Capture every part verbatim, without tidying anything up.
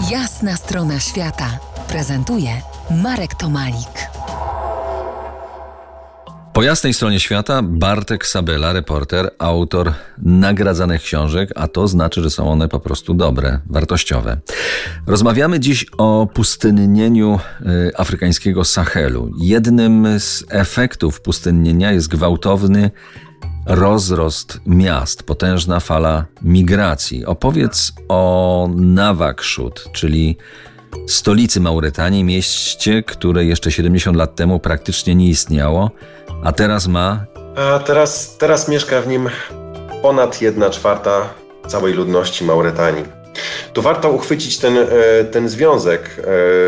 Jasna strona świata prezentuje Marek Tomalik. Po jasnej stronie świata Bartek Sabela, reporter, autor nagradzanych książek, a to znaczy, że są one po prostu dobre, wartościowe. Rozmawiamy dziś o pustynnieniu y, afrykańskiego Sahelu. Jednym z efektów pustynnienia jest gwałtowny rozrost miast, potężna fala migracji. Opowiedz o Nouakchott, czyli stolicy Mauretanii, mieście, które jeszcze siedemdziesiąt lat temu praktycznie nie istniało, a teraz ma... A teraz, teraz mieszka w nim ponad jedna czwarta całej ludności Mauretanii. Tu warto uchwycić ten, ten związek,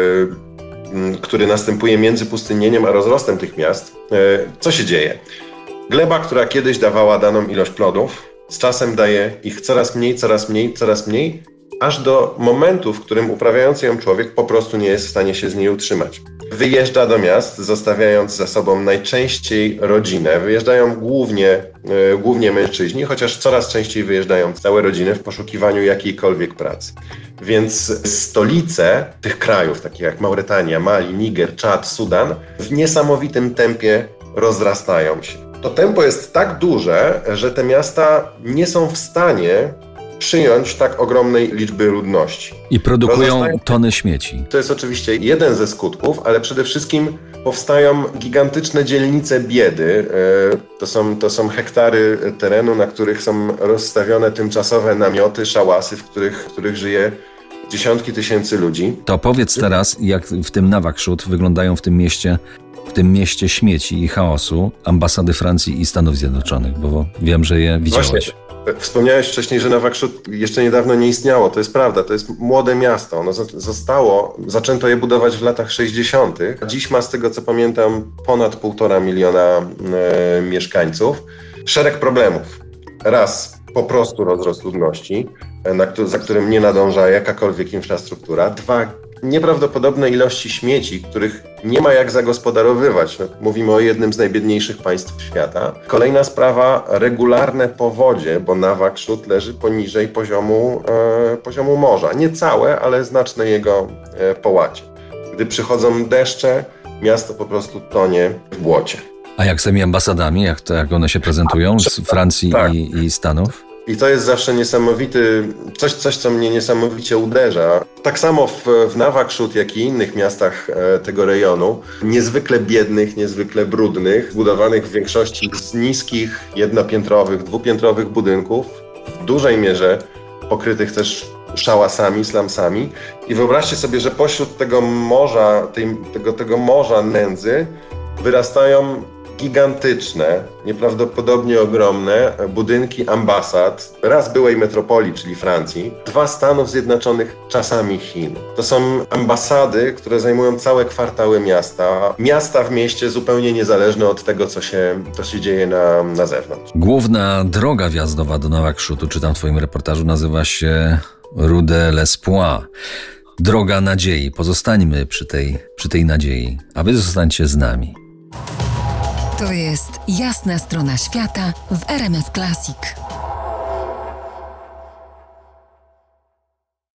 który następuje między pustynnieniem a rozrostem tych miast. Co się dzieje? Gleba, która kiedyś dawała daną ilość plodów, z czasem daje ich coraz mniej, coraz mniej, coraz mniej, aż do momentu, w którym uprawiający ją człowiek po prostu nie jest w stanie się z niej utrzymać. Wyjeżdża do miast, zostawiając za sobą najczęściej rodzinę. Wyjeżdżają głównie, yy, głównie mężczyźni, chociaż coraz częściej wyjeżdżają całe rodziny w poszukiwaniu jakiejkolwiek pracy. Więc stolice tych krajów, takich jak Mauretania, Mali, Niger, Czad, Sudan, w niesamowitym tempie rozrastają się. To tempo jest tak duże, że te miasta nie są w stanie przyjąć tak ogromnej liczby ludności. I produkują tony śmieci. To jest oczywiście jeden ze skutków, ale przede wszystkim powstają gigantyczne dzielnice biedy. To są, to są hektary terenu, na których są rozstawione tymczasowe namioty, szałasy, w których, w których żyje dziesiątki tysięcy ludzi. To powiedz teraz, jak w tym Nouakchott wyglądają w tym mieście w tym mieście śmieci i chaosu ambasady Francji i Stanów Zjednoczonych, bo wiem, że je widziałeś. Właśnie. Wspomniałeś wcześniej, że Nouakchott jeszcze niedawno nie istniało. To jest prawda, to jest młode miasto. Ono zostało, zaczęto je budować w latach sześćdziesiątych. Dziś ma, z tego co pamiętam, ponad półtora miliona e, mieszkańców. Szereg problemów. Raz, po prostu rozrost ludności, na, za którym nie nadąża jakakolwiek infrastruktura. Dwa, nieprawdopodobne ilości śmieci, których nie ma jak zagospodarowywać. No, mówimy o jednym z najbiedniejszych państw świata. Kolejna sprawa, regularne powodzie, bo Nouakchott leży poniżej poziomu, e, poziomu morza. Nie całe, ale znaczne jego e, połacie. Gdy przychodzą deszcze, miasto po prostu tonie w błocie. A jak z tymi ambasadami, jak, to, jak one się prezentują z Francji tak. i, i Stanów? I to jest zawsze niesamowity, coś, coś co mnie niesamowicie uderza. Tak samo w, w Nouakchott, jak i innych miastach e, tego rejonu, niezwykle biednych, niezwykle brudnych, zbudowanych w większości z niskich, jednopiętrowych, dwupiętrowych budynków, w dużej mierze pokrytych też szałasami, slumsami. I wyobraźcie sobie, że pośród tego morza, tej, tego, tego morza nędzy wyrastają gigantyczne, nieprawdopodobnie ogromne budynki ambasad, raz byłej metropolii, czyli Francji, dwa Stanów Zjednoczonych, czasami Chin. To są ambasady, które zajmują całe kwartały miasta. Miasta w mieście zupełnie niezależne od tego, co się, co się dzieje na, na zewnątrz. Główna droga wjazdowa do Nouakchottu, czytam w twoim reportażu, nazywa się Rue de l'Espoir. Droga nadziei. Pozostańmy przy tej, przy tej nadziei, a wy zostańcie z nami. To jest Jasna strona świata w R M F Classic.